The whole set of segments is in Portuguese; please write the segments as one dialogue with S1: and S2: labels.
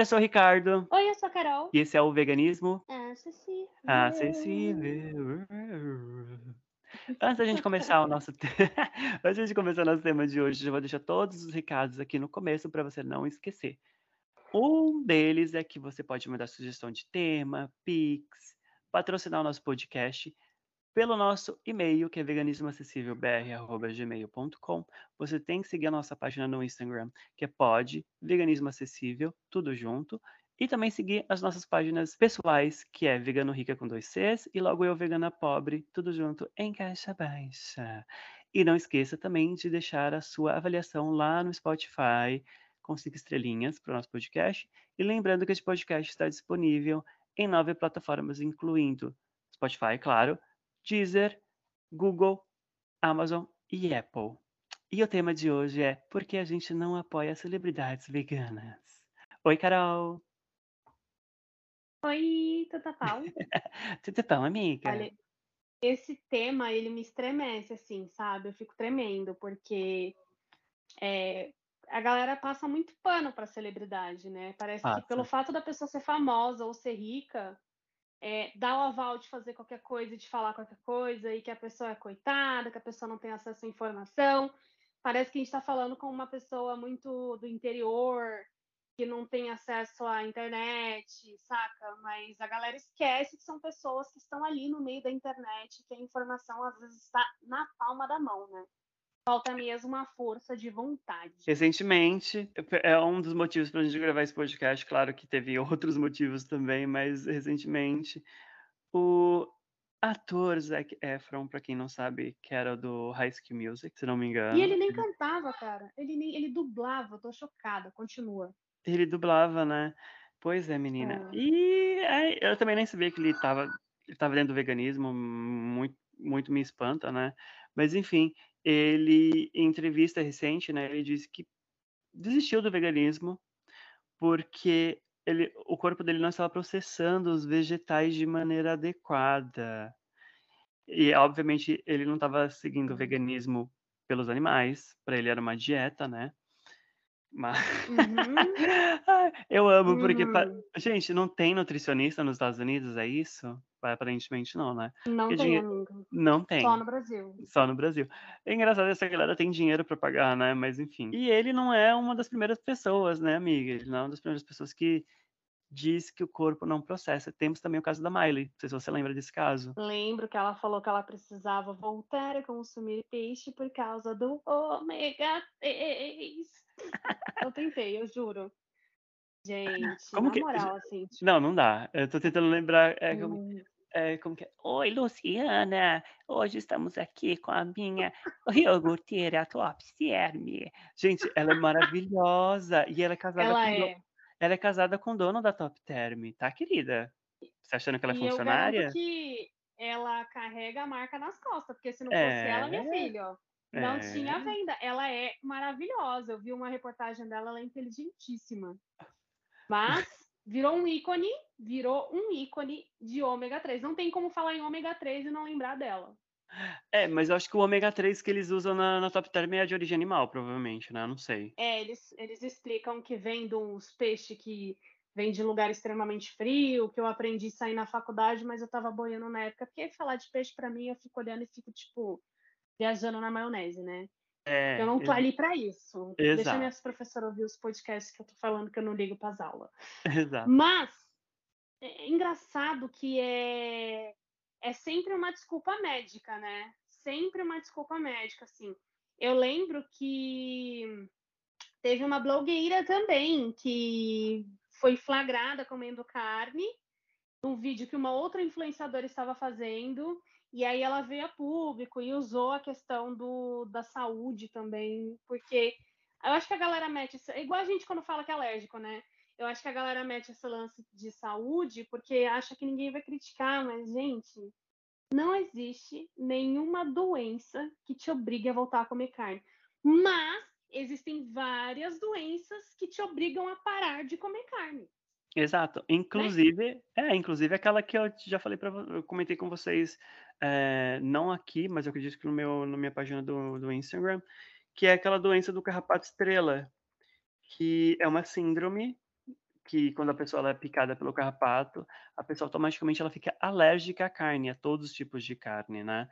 S1: eu sou o Ricardo
S2: Oi, eu sou a Carol.
S1: e esse é o Veganismo
S2: Acessível.
S1: Acessível. Antes da gente começar o nosso te antes de começar o nosso tema de hoje, eu vou deixar todos os recados aqui no começo para você não esquecer. Um deles é que você pode mandar sugestão de tema, pix, patrocinar o nosso podcast pelo nosso e-mail, que é veganismoacessívelbr@gmail.com. Você tem que seguir a nossa página no Instagram, que é veganismoacessível, tudo junto, e também seguir as nossas páginas pessoais, que é Vegano Rica com 2 Cs e logo eu Vegana Pobre, tudo junto em caixa baixa. E não esqueça também de deixar a sua avaliação lá no Spotify, com 5 estrelinhas para o nosso podcast. E lembrando que esse podcast está disponível em 9 plataformas, incluindo Spotify, claro, Deezer, Google, Amazon e Apple. E o tema de hoje é: por que a gente não apoia celebridades veganas? Oi, Carol.
S2: Oi, tudo bom?
S1: Tudo bom, amiga?
S2: Olha, esse tema, ele me estremece, assim, sabe? Eu fico tremendo, porque a galera passa muito pano pra celebridade, né? Parece que pelo
S1: Passa.
S2: fato da pessoa ser famosa ou ser rica, dá o aval de fazer qualquer coisa, de falar qualquer coisa, e que a pessoa é coitada, que a pessoa não tem acesso à informação. Parece que a gente está falando com uma pessoa muito do interior, que não tem acesso à internet, saca? Mas a galera esquece que são pessoas que estão ali no meio da internet, que a informação às vezes está na palma da mão, né? Falta mesmo uma força de vontade.
S1: Recentemente, é um dos motivos para a gente gravar esse podcast, claro que teve outros motivos também, mas recentemente o ator Zac Efron, para quem não sabe, que era do High School Music, se não me
S2: E
S1: engano,
S2: ele nem cantava, cara. Ele dublava, eu tô chocada. Continua.
S1: ele dublava, né. Pois é, menina.
S2: É.
S1: E, eu também nem sabia que ele estava dentro do veganismo, muito me espanta, né. Mas enfim, ele em entrevista recente, né, ele disse que desistiu do veganismo, porque o corpo dele não estava processando os vegetais de maneira adequada. E obviamente ele não estava seguindo o veganismo pelos animais, para ele era uma dieta, né. Mas
S2: Uhum,
S1: ai, eu amo porque
S2: uhum.
S1: gente, não tem nutricionista nos Estados Unidos, é isso? Aparentemente não, né.
S2: Não
S1: Porque
S2: tem,
S1: dinhe
S2: amigo.
S1: não
S2: Só
S1: tem,
S2: no Brasil.
S1: só no Brasil. É engraçado, essa galera tem dinheiro pra pagar, né, mas enfim. E ele não é uma das primeiras pessoas, né, amiga, ele não é uma das primeiras pessoas que diz que o corpo não processa. Temos também o caso da Miley, não sei se você lembra desse caso.
S2: Lembro que ela falou que ela precisava voltar a consumir peixe por causa do ômega 3. Eu tentei, eu juro. Gente,
S1: Como
S2: na
S1: que
S2: moral, assim,
S1: não,
S2: tipo,
S1: não dá. Eu tô tentando lembrar,
S2: hum,
S1: como que é? "Oi, Luciana, hoje estamos aqui com a minha iogurteira Top Term". Gente, ela é maravilhosa e
S2: ela é.
S1: ela é casada com o dono da Top Term, tá, querida? Você achando que ela é
S2: E eu garanto
S1: funcionária?
S2: que ela carrega a marca nas costas, porque se não fosse ela, minha
S1: É,
S2: filha, ó, não tinha
S1: é.
S2: venda. Ela é maravilhosa. Eu vi uma reportagem dela, ela é inteligentíssima. Mas virou um ícone de ômega 3. Não tem como falar em ômega 3 e não lembrar dela.
S1: É, mas eu acho que o ômega 3 que eles usam na Top Term é de origem animal, provavelmente, né, não sei.
S2: Eles explicam que vem de uns peixes que vem de lugar extremamente frio, que eu aprendi isso aí na faculdade, mas eu estava boiando na época, porque falar de peixe para mim, eu fico olhando e fico, tipo, viajando na maionese, né. Eu
S1: É,
S2: não tô ali para isso. Deixa
S1: exato,
S2: minhas professoras ouvir os podcasts que eu tô falando que eu não ligo para as aulas.
S1: exato.
S2: Mas é engraçado que é sempre uma desculpa médica, né, sempre uma desculpa médica, assim. Eu lembro que teve uma blogueira também que foi flagrada comendo carne, um vídeo que uma outra influenciadora estava fazendo, e aí ela veio a público e usou a questão da saúde também, porque eu acho que a galera mete, é igual a gente quando fala que é alérgico, né? Eu acho que a galera mete esse lance de saúde porque acha que ninguém vai criticar, mas, gente, não existe nenhuma doença que te obrigue a voltar a comer carne. Mas existem várias doenças que te obrigam a parar de comer carne,
S1: Exato.
S2: né?
S1: Inclusive aquela que eu já falei para eu comentei com vocês, não aqui, mas eu acredito que na minha página do Instagram, que é aquela doença do carrapato estrela, que é uma síndrome que quando a pessoa ela é picada pelo carrapato, a pessoa automaticamente ela fica alérgica à carne, a todos os tipos de carne, né.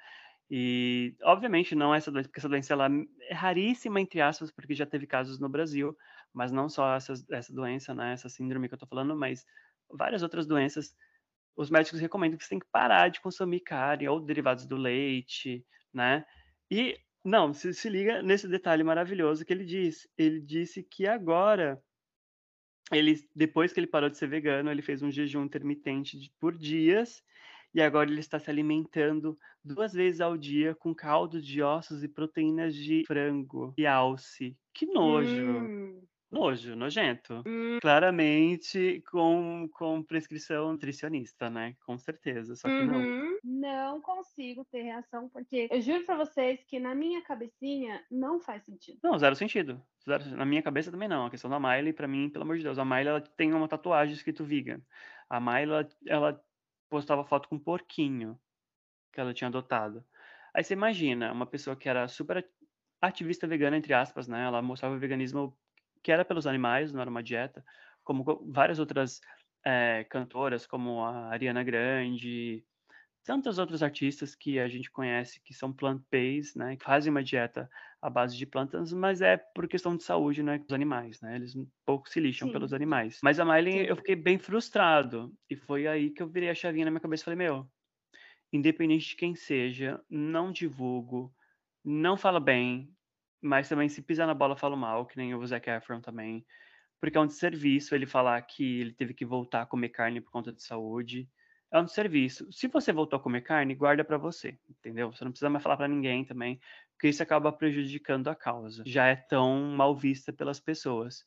S1: E, obviamente, não essa doença, porque essa doença ela é "raríssima", entre aspas, porque já teve casos no Brasil, mas não só essa doença, né, essa síndrome que eu tô falando, mas várias outras doenças, os médicos recomendam que você tem que parar de consumir carne ou derivados do leite, né. E não, se liga nesse detalhe maravilhoso que ele disse que agora depois que ele parou de ser vegano, ele fez um jejum intermitente por dias, e agora ele está se alimentando 2 vezes ao dia com caldo de ossos e proteínas de frango e alce. Que nojo,
S2: Hum,
S1: nojo, nojento.
S2: hum,
S1: Claramente com prescrição nutricionista, né, com certeza, só que não.
S2: uhum. Não consigo ter reação, porque eu juro pra vocês que na minha cabecinha não faz sentido.
S1: Não, zero sentido, na minha cabeça também não, a questão da Miley pra mim, pelo amor de Deus, a Miley ela tem uma tatuagem escrito vegan. A Miley ela postava foto com um porquinho que ela tinha adotado. Aí você imagina, uma pessoa que era super ativista vegana, entre aspas, né, ela mostrava o veganismo que era pelos animais, não era uma dieta, como várias outras, cantoras, como a Ariana Grande, tantos outros artistas que a gente conhece que são plant-based, né, que fazem uma dieta à base de plantas, mas é por questão de saúde, né, dos animais, né, eles um pouco se lixam pelos
S2: Sim,
S1: animais. Mas a Miley eu
S2: sim,
S1: fiquei bem frustrado, e foi aí que eu virei a chavinha na minha cabeça e falei: "Meu, independente de quem seja, não divulgo, não falo bem, mas também se pisar na bola falo mal, que nem o Zac Efron também, porque é um desserviço ele falar que ele teve que voltar a comer carne por conta de saúde, é um desserviço. Se você voltou a comer carne, guarda pra você, entendeu? Você não precisa mais falar pra ninguém também, porque isso acaba prejudicando a causa. Já é tão mal vista pelas pessoas.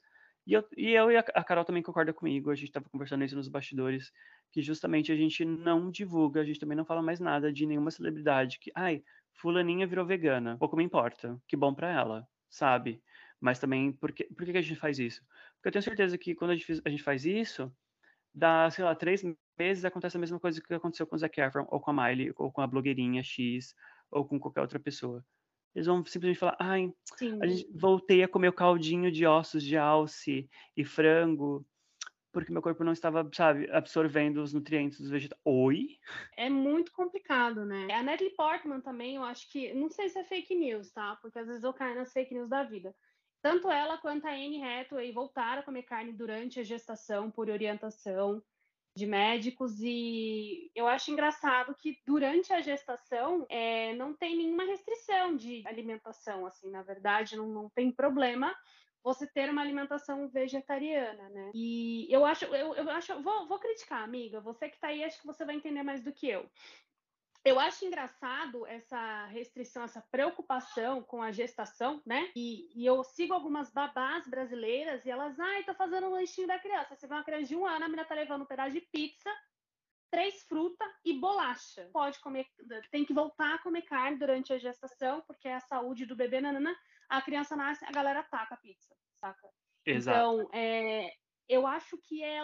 S1: E a Carol também concorda comigo, a gente estava conversando isso nos bastidores, que justamente a gente não divulga, a gente também não fala mais nada de nenhuma celebridade que: "Ai, fulaninha virou vegana, pouco me importa, que bom pra ela", sabe. Mas também por que que a gente faz isso? Porque eu tenho certeza que quando a gente faz isso, dá, sei lá, 3 meses, acontece a mesma coisa que aconteceu com o Zac Efron, ou com a Miley, ou com a blogueirinha X, ou com qualquer outra pessoa. Eles vão simplesmente falar: "Ai, a
S2: sim.
S1: gente voltei a comer o caldinho de ossos de alce e frango, porque meu corpo não estava, sabe, absorvendo os nutrientes dos vegeta". Oi?
S2: É muito complicado, né. A Natalie Portman também, eu acho que não sei se é fake news, tá, porque às vezes eu caio nas fake news da vida. Tanto ela quanto a Anne Hathaway voltaram a comer carne durante a gestação por orientação de médicos, e eu acho engraçado que durante a gestação, não tem nenhuma restrição de alimentação, assim, na verdade não tem problema você ter uma alimentação vegetariana, né. E eu acho vou criticar, amiga, você que tá aí, acho que você vai entender mais do que eu. Eu acho engraçado essa restrição, essa preocupação com a gestação, né? E eu sigo algumas babás brasileiras e elas, ai, tô fazendo um lanchinho da criança. Você vê uma criança de 1 ano, a menina tá levando um pedaço de pizza, 3 frutas e bolacha. Pode comer, tem que voltar a comer carne durante a gestação, porque é a saúde do bebê, nanana. A criança nasce, a galera ataca a pizza, saca?
S1: Exato.
S2: Então, eu acho que é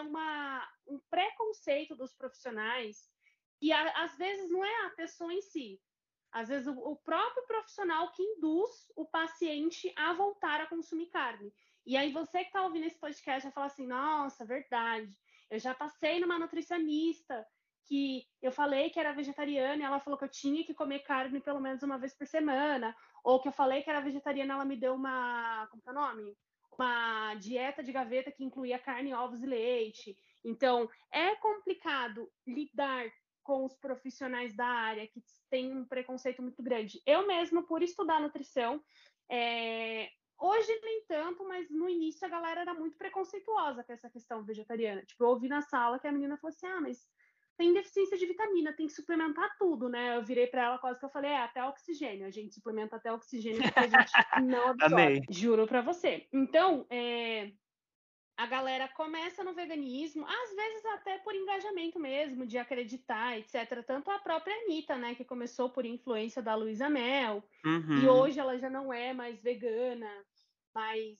S2: um preconceito dos profissionais e às vezes não é a pessoa em si. Às vezes o próprio profissional que induz o paciente a voltar a consumir carne. E aí você que está ouvindo esse podcast vai falar assim, nossa, verdade. Eu já passei numa nutricionista que eu falei que era vegetariana e ela falou que eu tinha que comer carne pelo menos uma vez por semana, ou que eu falei que era vegetariana, ela me deu uma, como que é o nome? Uma dieta de gaveta que incluía carne, ovos e leite. Então, é complicado lidar com os profissionais da área que têm um preconceito muito grande. Eu mesma, por estudar nutrição, hoje nem tanto, mas no início a galera era muito preconceituosa com essa questão vegetariana. Tipo, eu ouvi na sala que a menina falou assim: ah, mas tem deficiência de vitamina, tem que suplementar tudo, né? Eu virei para ela quase que eu falei: até oxigênio, a gente suplementa até oxigênio porque a gente não absorve,
S1: Amei.
S2: juro para você. Então, a galera começa no veganismo, às vezes até por engajamento mesmo, de acreditar, etc. Tanto a própria Anitta, né, que começou por influência da Luísa Mel, e
S1: Uhum.
S2: hoje ela já não é mais vegana, mas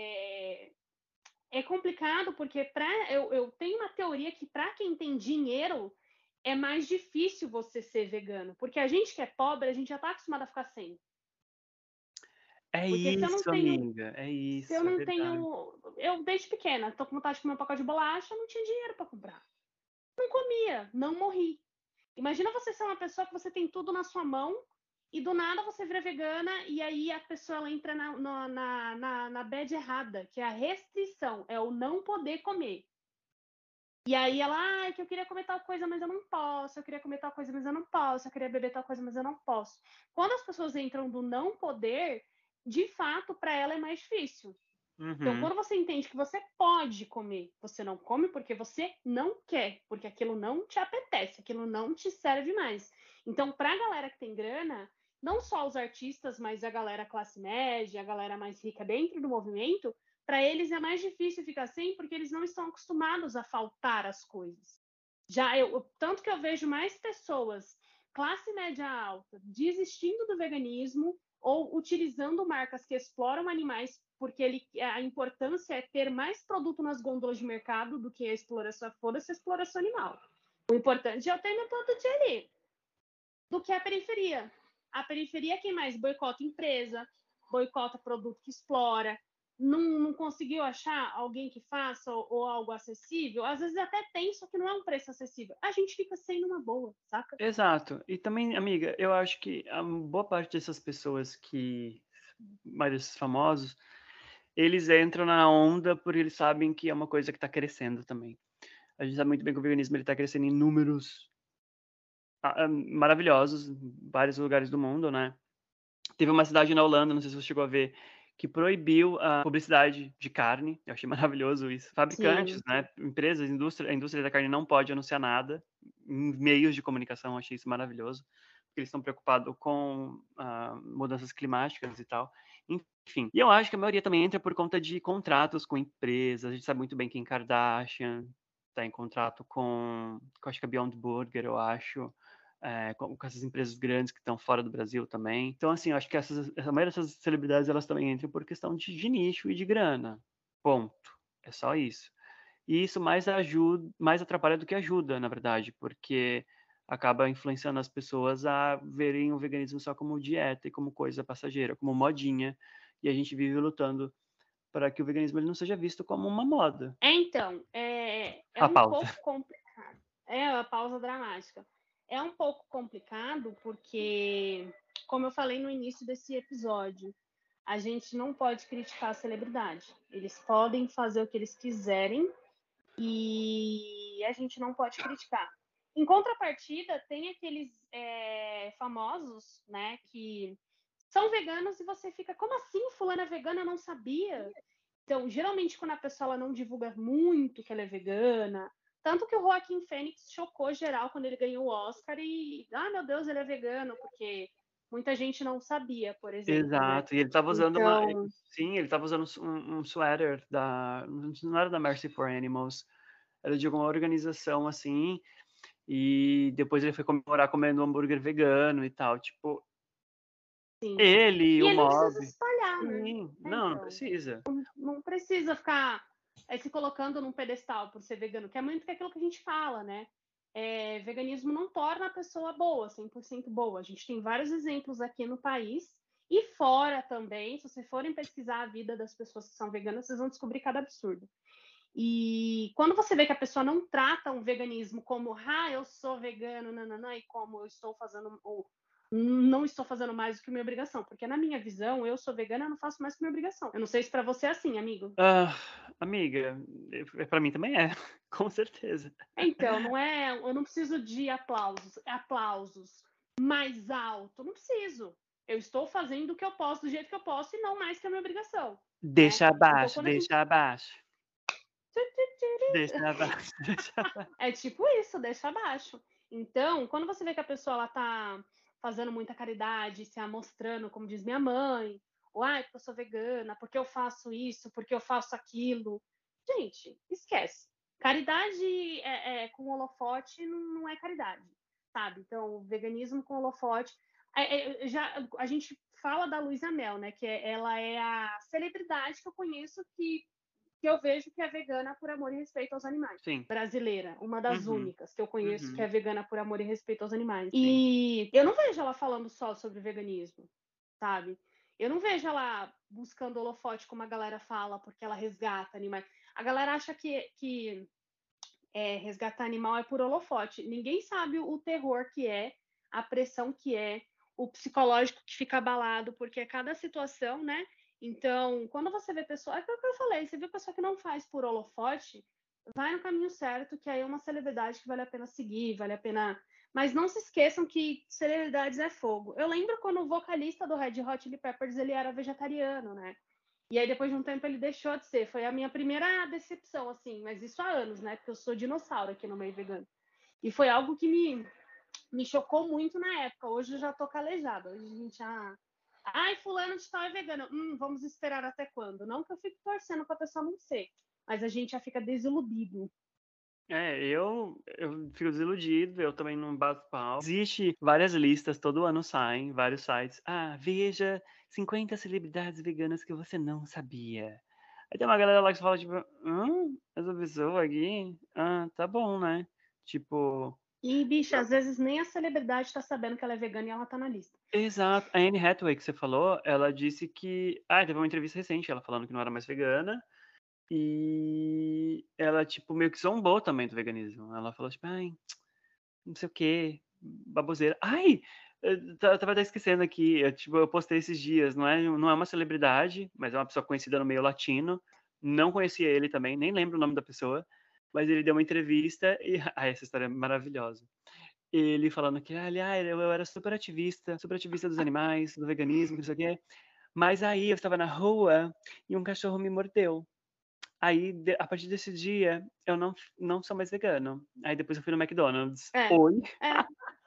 S2: é complicado porque eu tenho uma teoria que para quem tem dinheiro é mais difícil você ser vegano, porque a gente que é pobre, a gente já está acostumado a ficar sem.
S1: É
S2: Porque se eu não
S1: isso,
S2: tenho
S1: amiga, é
S2: se eu
S1: isso, é
S2: não
S1: verdade.
S2: tenho. eu desde pequena, tô com vontade de comer um pacote de bolacha, não tinha dinheiro para comprar. Não comia, não morri. Imagina você ser uma pessoa que você tem tudo na sua mão e do nada você vira vegana e aí a pessoa ela entra na bad errada, que é a restrição, é o não poder comer. E aí ela, que eu queria comer tal coisa, mas eu não posso, eu queria comer tal coisa, mas eu não posso, eu queria beber tal coisa, mas eu não posso. Quando as pessoas entram do não poder, de fato, para ela é mais difícil. Então, quando você entende que você pode comer, você não come porque você não quer, porque aquilo não te apetece, aquilo não te serve mais. Então, para a galera que tem grana, não só os artistas, mas a galera classe média, a galera mais rica dentro do movimento, para eles é mais difícil ficar sem porque eles não estão acostumados a faltar as coisas. Tanto que eu vejo mais pessoas classe média alta desistindo do veganismo ou utilizando marcas que exploram animais porque a importância é ter mais produto nas gôndolas de mercado do que a exploração, foda-se a exploração animal. O importante é eu ter meu produto ali, do que a periferia. A periferia é quem mais boicota empresa, boicota produto que explora, não conseguiu achar alguém que faça ou algo acessível, às vezes até tem, só que não é um preço acessível. A gente fica sem numa boa, saca?
S1: Exato. E também, amiga, eu acho que a boa parte dessas pessoas mais desses famosos, eles entram na onda porque eles sabem que é uma coisa que está crescendo também. A gente sabe muito bem que o veganismo ele está crescendo em números maravilhosos em vários lugares do mundo, né? Teve uma cidade na Holanda, não sei se você chegou a ver, que proibiu a publicidade de carne. Eu achei maravilhoso isso. Fabricantes,
S2: Sim.
S1: né? Empresas, a indústria da carne não pode anunciar nada em meios de comunicação. Eu achei isso maravilhoso. Porque eles estão preocupados com mudanças climáticas e tal. Enfim. E eu acho que a maioria também entra por conta de contratos com empresas. A gente sabe muito bem que Kim Kardashian está em contrato acho que a Beyond Burger, eu acho. Com essas empresas grandes que estão fora do Brasil também. Então, assim, eu acho que a maioria dessas celebridades, elas também entram por questão de nicho e de grana. Ponto. É só isso. E isso mais atrapalha do que ajuda, na verdade, porque acaba influenciando as pessoas a verem o veganismo só como dieta e como coisa passageira, como modinha, e a gente vive lutando para que o veganismo ele não seja visto como uma moda.
S2: Então, é
S1: A
S2: um
S1: pausa.
S2: pouco complicado. É a pausa dramática. É um pouco complicado porque, como eu falei no início desse episódio, a gente não pode criticar a celebridade. Eles podem fazer o que eles quiserem e a gente não pode criticar. Em contrapartida, tem aqueles famosos, né, que são veganos e você fica, como assim, fulana é vegana? Eu não sabia. Então, geralmente, quando a pessoa ela não divulga muito que ela é vegana, tanto que o Joaquim Fênix chocou geral quando ele ganhou o Oscar e, meu Deus, ele é vegano, porque muita gente não sabia, por exemplo, né?
S1: Exato, e ele estava usando
S2: Então,
S1: sim, ele estava usando um suéter não era da Mercy for Animals, era de alguma organização, assim, e depois ele foi comemorar comendo um hambúrguer vegano e tal, tipo,
S2: sim.
S1: ele,
S2: E
S1: o
S2: ele não precisa
S1: Mob,
S2: se espalhar, né?
S1: sim, não
S2: Então,
S1: precisa.
S2: não precisa ficar se colocando num pedestal por ser vegano, que é muito que aquilo que a gente fala, né? Veganismo não torna a pessoa boa, 100% boa. A gente tem vários exemplos aqui no país e fora também. Se vocês forem pesquisar a vida das pessoas que são veganas, vocês vão descobrir cada absurdo. E quando você vê que a pessoa não trata o veganismo como, eu sou vegano, nananã, e como eu estou fazendo, ou não estou fazendo mais do que minha obrigação, porque na minha visão, eu sou vegana, eu não faço mais do que minha obrigação. Eu não sei se para você é assim, amigo.
S1: Amiga, para mim também é, com certeza.
S2: Então, eu não preciso de aplausos mais alto, não preciso. Eu estou fazendo o que eu posso, do jeito que eu posso, e não mais que a minha obrigação, né?
S1: Deixa
S2: Então,
S1: abaixo,
S2: quando a gente
S1: deixa abaixo, deixa abaixo, deixa abaixo.
S2: é tipo isso, deixa abaixo. Então, quando você vê que a pessoa ela tá fazendo muita caridade, se amostrando, como diz minha mãe, ou porque eu sou vegana, porque eu faço isso, porque eu faço aquilo. Gente, esquece. Caridade com holofote não é caridade, sabe? Então, veganismo com holofote. A gente fala da Luísa Mel, né? Que ela é a celebridade que eu conheço que eu vejo que é vegana por amor e respeito aos animais.
S1: Sim.
S2: Brasileira, uma das
S1: Uhum.
S2: únicas que eu conheço que é
S1: Uhum.
S2: vegana por amor e respeito aos animais.
S1: Sim.
S2: E eu não vejo ela falando só sobre veganismo, sabe? Eu não vejo ela buscando holofote, como a galera fala, porque ela resgata animais. A galera acha que resgatar animal é por holofote. Ninguém sabe o terror que é, a pressão que é, o psicológico que fica abalado, porque é cada situação, né? Então, quando você vê pessoa, é aquilo que eu falei, você vê pessoa que não faz por holofote, vai no caminho certo, que aí é uma celebridade que vale a pena seguir, vale a pena. Mas não se esqueçam que celebridades é fogo. Eu lembro quando o vocalista do Red Hot Chili Peppers ele era vegetariano, né? E aí, depois de um tempo, ele deixou de ser. Foi a minha primeira decepção, assim, mas isso há anos, né? Porque eu sou dinossauro aqui no meio vegano. E foi algo que me chocou muito na época. Hoje eu já tô calejada. Hoje a gente já. Ai, fulano de tal é vegano. Vamos esperar até quando? Não que eu fique torcendo pra pessoa não ser, mas a gente já fica desiludido.
S1: Eu fico desiludido, eu também não bato pau. Existe várias listas, todo ano saem, vários sites. Ah, veja 50 celebridades veganas que você não sabia. Aí tem uma galera lá que fala, tipo, essa pessoa aqui? Ah, tá bom, né? Tipo,
S2: E, bicha, às vezes nem a celebridade tá sabendo que ela é vegana e ela tá na lista.
S1: exato. A Anne Hathaway que você falou, ela disse que. Ah, teve uma entrevista recente, ela falando que não era mais vegana. E ela, tipo, meio que zombou também do veganismo. Ela falou, tipo, ai, não sei o que, baboseira. Ai, eu tava até esquecendo aqui, eu postei esses dias, não é uma celebridade, mas é uma pessoa conhecida no meio latino. Não conhecia ele também, nem lembro o nome da pessoa, mas ele deu uma entrevista e, ai, essa história é maravilhosa. Ele falando que, aliás, eu era super ativista dos animais, do veganismo, não sei o quê. Mas aí eu estava na rua e um cachorro me mordeu. Aí, a partir desse dia, eu não sou mais vegano. Aí depois eu fui no McDonald's.
S2: É,
S1: Oi?
S2: é.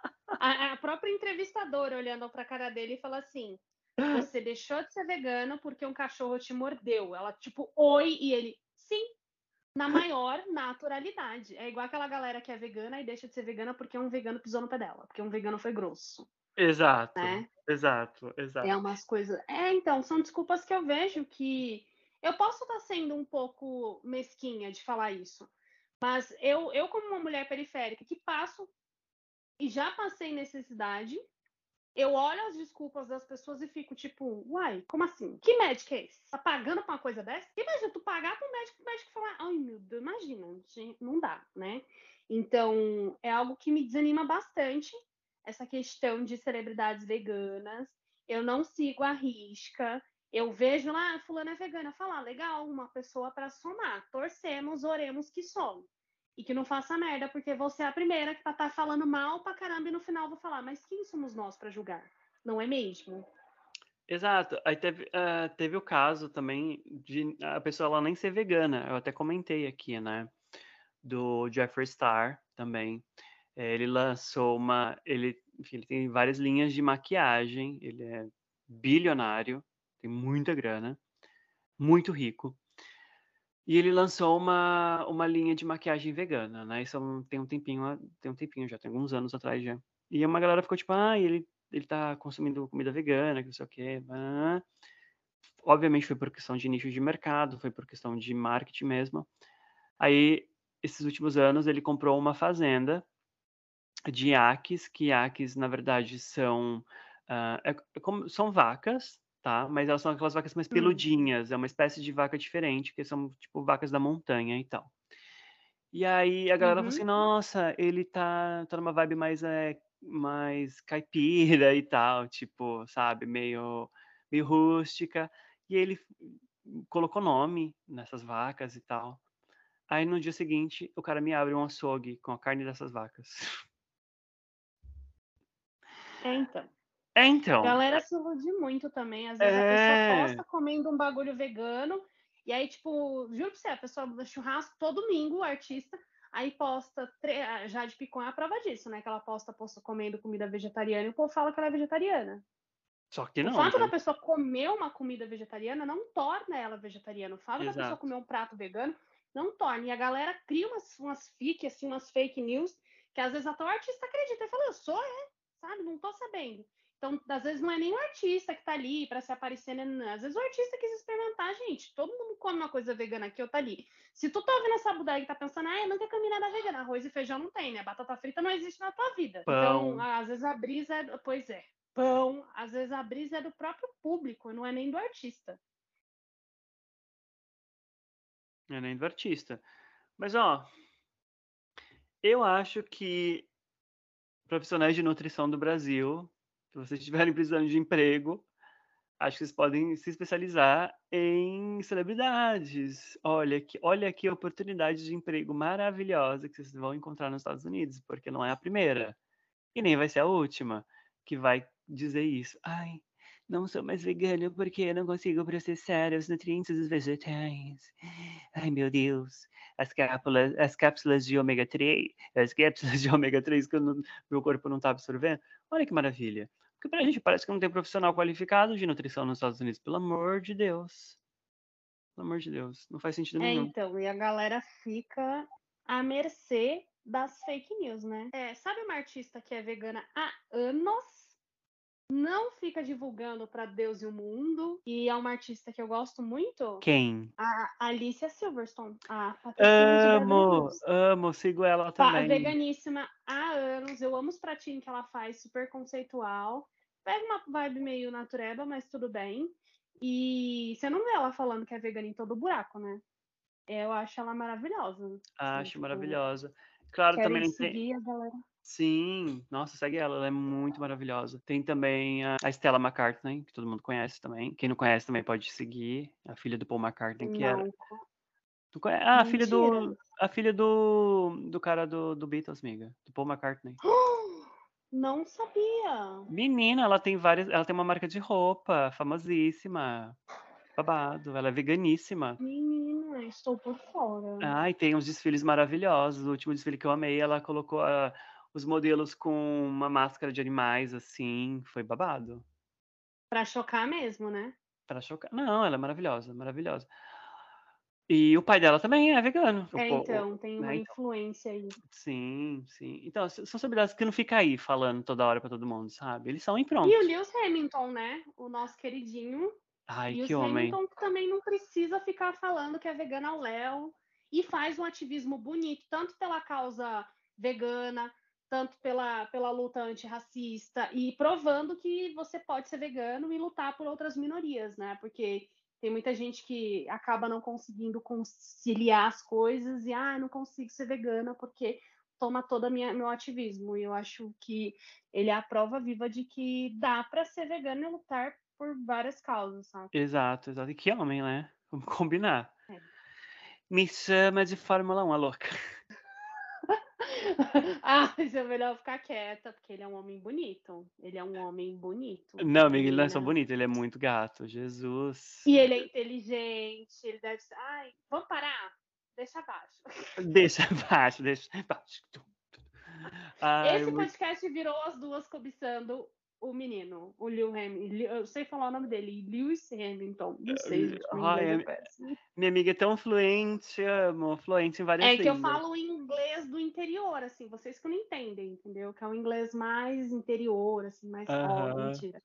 S2: A própria entrevistadora olhando pra cara dele e fala assim: você deixou de ser vegano porque um cachorro te mordeu. Ela, tipo, oi, e ele, sim, na maior naturalidade. É igual aquela galera que é vegana e deixa de ser vegana porque um vegano pisou no pé dela, porque um vegano foi grosso,
S1: Exato,
S2: né?
S1: exato,
S2: É
S1: exato.
S2: umas coisas. Então, são desculpas que eu vejo que eu posso estar sendo um pouco mesquinha de falar isso. Mas eu como uma mulher periférica que passo e já passei necessidade, eu olho as desculpas das pessoas e fico tipo, uai, como assim? Que médico é esse? Tá pagando pra uma coisa dessa? Imagina, tu pagar pra um médico, o médico falar, ai meu Deus, imagina, não dá, né? Então, é algo que me desanima bastante, essa questão de celebridades veganas. Eu não sigo a risca. Eu vejo lá, fulano é vegana, falar, legal, uma pessoa para somar. Torcemos, oremos que some. E que não faça merda, porque você é a primeira que tá falando mal pra caramba e no final vou falar, mas quem somos nós para julgar? Não é mesmo?
S1: Exato. Aí teve o caso também de a pessoa ela nem ser vegana. Eu até comentei aqui, né? Do Jeffree Star também. Ele lançou enfim, ele tem várias linhas de maquiagem. Ele é bilionário, tem muita grana, muito rico. E ele lançou uma linha de maquiagem vegana, né? Isso tem um tempinho já, tem alguns anos atrás já. E uma galera ficou tipo, ele tá consumindo comida vegana, que não sei o quê. Obviamente foi por questão de nicho de mercado, foi por questão de marketing mesmo. Aí, esses últimos anos, ele comprou uma fazenda de iaques, que iaques, na verdade, são vacas, tá? Mas elas são aquelas vacas mais
S2: Hum.
S1: peludinhas, é uma espécie de vaca diferente, que são tipo vacas da montanha e tal. E aí a galera falou assim:
S2: Uhum.
S1: "Nossa, ele tá numa vibe mais caipira e tal, tipo, sabe, meio rústica". E ele colocou nome nessas vacas e tal. Aí no dia seguinte, o cara me abre um açougue com a carne dessas vacas.
S2: Então.
S1: É,
S2: A
S1: então.
S2: galera se ilude muito também. Às vezes a pessoa
S1: É.
S2: posta comendo um bagulho vegano, e aí, tipo, juro pra você, a pessoa do churrasco todo domingo, o artista, aí posta. A Jade Picon é a prova disso, né? Que ela posta comendo comida vegetariana e o povo fala que ela é vegetariana.
S1: Só que
S2: O
S1: não,
S2: fato da
S1: né?
S2: pessoa comer uma comida vegetariana não torna ela vegetariana. O fato da pessoa
S1: Exato.
S2: comer um prato vegano não torna. E a galera cria assim, umas fake news, que às vezes até o artista acredita e fala, eu sou, sabe? Não tô sabendo. Então, às vezes não é nem o artista que tá ali para se aparecer, né? Às vezes o artista quis experimentar, gente. Todo mundo come uma coisa vegana aqui, eu tá ali. Se tu tá ouvindo essa bodega e tá pensando, eu nunca comi nada vegano, arroz e feijão não tem, né? Batata frita não existe na tua vida. Então,
S1: Pão.
S2: às vezes a brisa pois é. pão. Às vezes a brisa é do próprio público, não é nem do artista.
S1: É nem do artista. Mas, ó, eu acho que profissionais de nutrição do Brasil, se vocês estiverem precisando de emprego, acho que vocês podem se especializar em celebridades. Olha que oportunidade de emprego maravilhosa que vocês vão encontrar nos Estados Unidos, porque não é a primeira e nem vai ser a última que vai dizer isso. Ai, não sou mais vegano porque eu não consigo processar os nutrientes dos vegetais. Ai, meu Deus. As cápsulas de ômega 3, as cápsulas de ômega 3 que meu corpo não está absorvendo. Olha que maravilha. Porque pra gente parece que não tem profissional qualificado de nutrição nos Estados Unidos. Pelo amor de Deus. Pelo amor de Deus. Não faz sentido nenhum.
S2: Então, e a galera fica à mercê das fake news, né? Sabe uma artista que é vegana há anos? Não fica divulgando para Deus e o mundo. E é uma artista que eu gosto muito.
S1: Quem?
S2: A Alicia Silverstone, a patrocínio de Beverly Hills.
S1: Amo, sigo ela também.
S2: Veganíssima há anos. Eu amo os pratinhos que ela faz, super conceitual. Pega uma vibe meio natureba, mas tudo bem. E você não vê ela falando que é vegana em todo buraco, né? Eu acho ela maravilhosa. Assim,
S1: Acho
S2: tipo,
S1: maravilhosa. Claro,
S2: quero
S1: também tem.
S2: seguir a galera.
S1: Sim, nossa, segue ela é muito maravilhosa. Tem também a Stella McCartney, que todo mundo conhece também. Quem não conhece também pode seguir, a filha do Paul McCartney, que era.
S2: Não,
S1: Ah,
S2: mentira.
S1: a filha do cara do Beatles, amiga, do Paul McCartney.
S2: Não sabia.
S1: Menina, ela tem uma marca de roupa famosíssima, babado, ela é veganíssima.
S2: Menina, estou por fora.
S1: Ah, e tem uns desfiles maravilhosos. O último desfile que eu amei, ela colocou os modelos com uma máscara de animais, assim, foi babado.
S2: Pra chocar mesmo, né?
S1: Pra chocar. Não, ela é maravilhosa, maravilhosa. E o pai dela também é vegano.
S2: Então, tem uma
S1: Né, então,
S2: influência aí.
S1: sim, sim. Então, são celebridades que não fica aí falando toda hora pra todo mundo, sabe? Eles são e
S2: E o
S1: pronto.
S2: Lewis Hamilton, né? O nosso queridinho
S1: Ai, que
S2: Lewis
S1: homem.
S2: Hamilton, que também não precisa ficar falando que é vegano ao léu e faz um ativismo bonito, tanto pela causa vegana, tanto pela luta antirracista, e provando que você pode ser vegano e lutar por outras minorias, né? Porque tem muita gente que acaba não conseguindo conciliar as coisas e, não consigo ser vegana porque toma todo meu ativismo. E eu acho que ele é a prova viva de que dá para ser vegano e lutar por várias causas, sabe?
S1: Exato, exato. E que homem, né? Vamos combinar.
S2: É.
S1: Me chama de Fórmula 1, a louca.
S2: Mas é melhor ficar quieta, porque ele é um homem bonito. Ele é um homem bonito.
S1: Não, amiga, ele não é só
S2: Meninas.
S1: bonito, ele é muito gato. Jesus.
S2: E ele é inteligente, ele deve ser. Ai, vamos parar? Deixa abaixo.
S1: Deixa abaixo, deixa abaixo. Ai,
S2: Esse
S1: muito.
S2: podcast virou as duas cobiçando o menino, o Lewis Hamilton. Eu sei falar o nome dele, Lewis Hamilton. Não sei, gente, meu inglês é
S1: Ai,
S2: péssimo.
S1: minha amiga é tão fluente, amo, fluente em várias
S2: É que eu
S1: línguas.
S2: falo inglês do interior, assim, vocês que não entendem, entendeu? Que é um inglês mais interior, assim, mais pobre,
S1: Aham.
S2: mentira.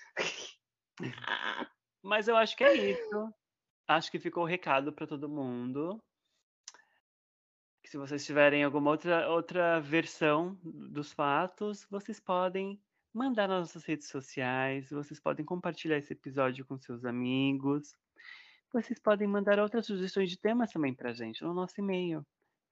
S1: Mas eu acho que é isso. Acho que ficou o recado para todo mundo. Que se vocês tiverem alguma outra versão dos fatos, vocês podem mandar nas nossas redes sociais, vocês podem compartilhar esse episódio com seus amigos, vocês podem mandar outras sugestões de temas também pra gente no nosso e-mail,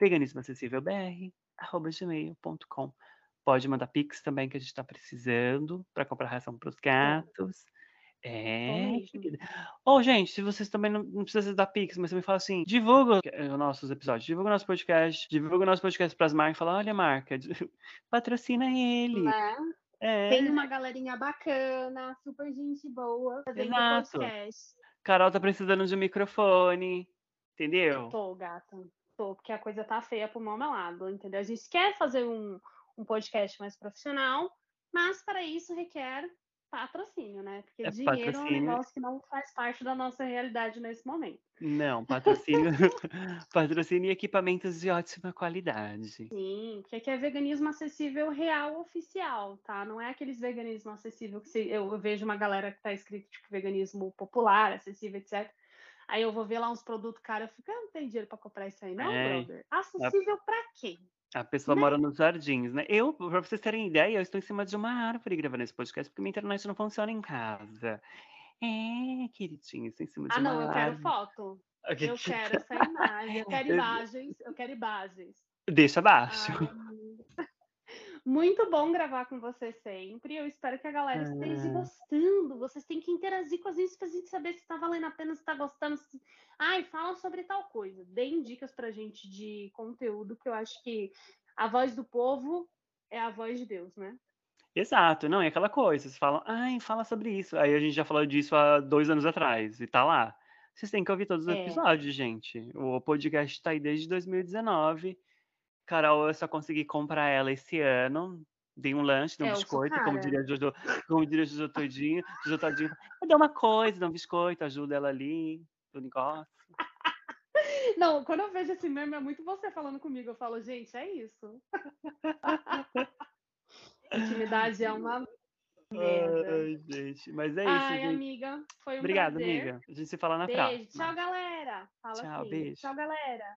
S1: veganismoacessívelbr@gmail.com. Pode mandar pix também que a gente tá precisando para comprar ração para os
S2: Tô,
S1: gatos.
S2: tô
S1: É,
S2: mesmo.
S1: querida. Ou, gente, se vocês também não precisam dar Pix, mas também fala assim, divulga os nossos episódios, divulga o nosso podcast pras marcas, fala, olha, marca, patrocina ele.
S2: Né?
S1: É,
S2: Tem uma galerinha bacana, super gente boa, fazendo
S1: exato.
S2: podcast.
S1: Carol tá precisando de um microfone, entendeu?
S2: Tô, gata. Tô, porque a coisa tá feia pro meu lado, entendeu? A gente quer fazer um podcast mais profissional, mas para isso requer patrocínio, né? Porque
S1: É
S2: dinheiro é um
S1: patrocínio.
S2: negócio que não faz parte da nossa realidade nesse momento.
S1: Não, patrocínio, patrocínio e equipamentos de ótima qualidade.
S2: Sim, porque aqui é veganismo acessível real oficial, tá? Não é aqueles veganismo acessível que eu vejo uma galera que tá escrito tipo veganismo popular, acessível, etc. Aí eu vou ver lá uns produtos, cara, eu fico, eu não tenho dinheiro pra comprar isso aí, não,
S1: É,
S2: brother. Acessível pra quê?
S1: A pessoa
S2: né?
S1: mora nos jardins, né. Pra vocês terem ideia, eu estou em cima de uma árvore gravando esse podcast, porque minha internet não funciona em casa. É, queridinha, estou em cima de
S2: Ah,
S1: uma
S2: não, eu quero
S1: árvore.
S2: foto.
S1: Aqui
S2: Eu quero essa imagem, eu quero imagens.
S1: Deixa abaixo.
S2: Ai, amiga. Muito bom gravar com você sempre. Eu espero que a galera esteja
S1: Ah,
S2: gostando. Vocês têm que interagir com a gente pra gente saber se tá valendo a pena, se tá gostando. Ai, fala sobre tal coisa. Deem dicas pra gente de conteúdo, que eu acho que a voz do povo é a voz de Deus, né?
S1: exato. Não, é aquela coisa, vocês falam: "Ai, fala sobre isso". Aí a gente já falou disso há 2 anos atrás e tá lá. Vocês têm que ouvir todos os
S2: É,
S1: episódios, gente. O podcast tá aí desde 2019. Carol, eu só consegui comprar ela esse ano. Dei um lanche, dei um
S2: é, eu sou
S1: biscoito,
S2: cara.
S1: como diria Jojo Todinho. Jojo Todinho: "Me dá uma coisa, dá um biscoito, ajuda ela ali no negócio".
S2: Não, quando eu vejo esse meme, é muito você falando comigo. Eu falo, gente, é isso. Intimidade é uma merda.
S1: Ai, gente. Mas é isso,
S2: Ai,
S1: gente.
S2: amiga, foi um
S1: Obrigado,
S2: prazer.
S1: amiga. A gente se fala na
S2: Beijo. Tchau,
S1: próxima.
S2: galera. Fala
S1: Tchau,
S2: assim.
S1: beijo.
S2: Tchau, galera.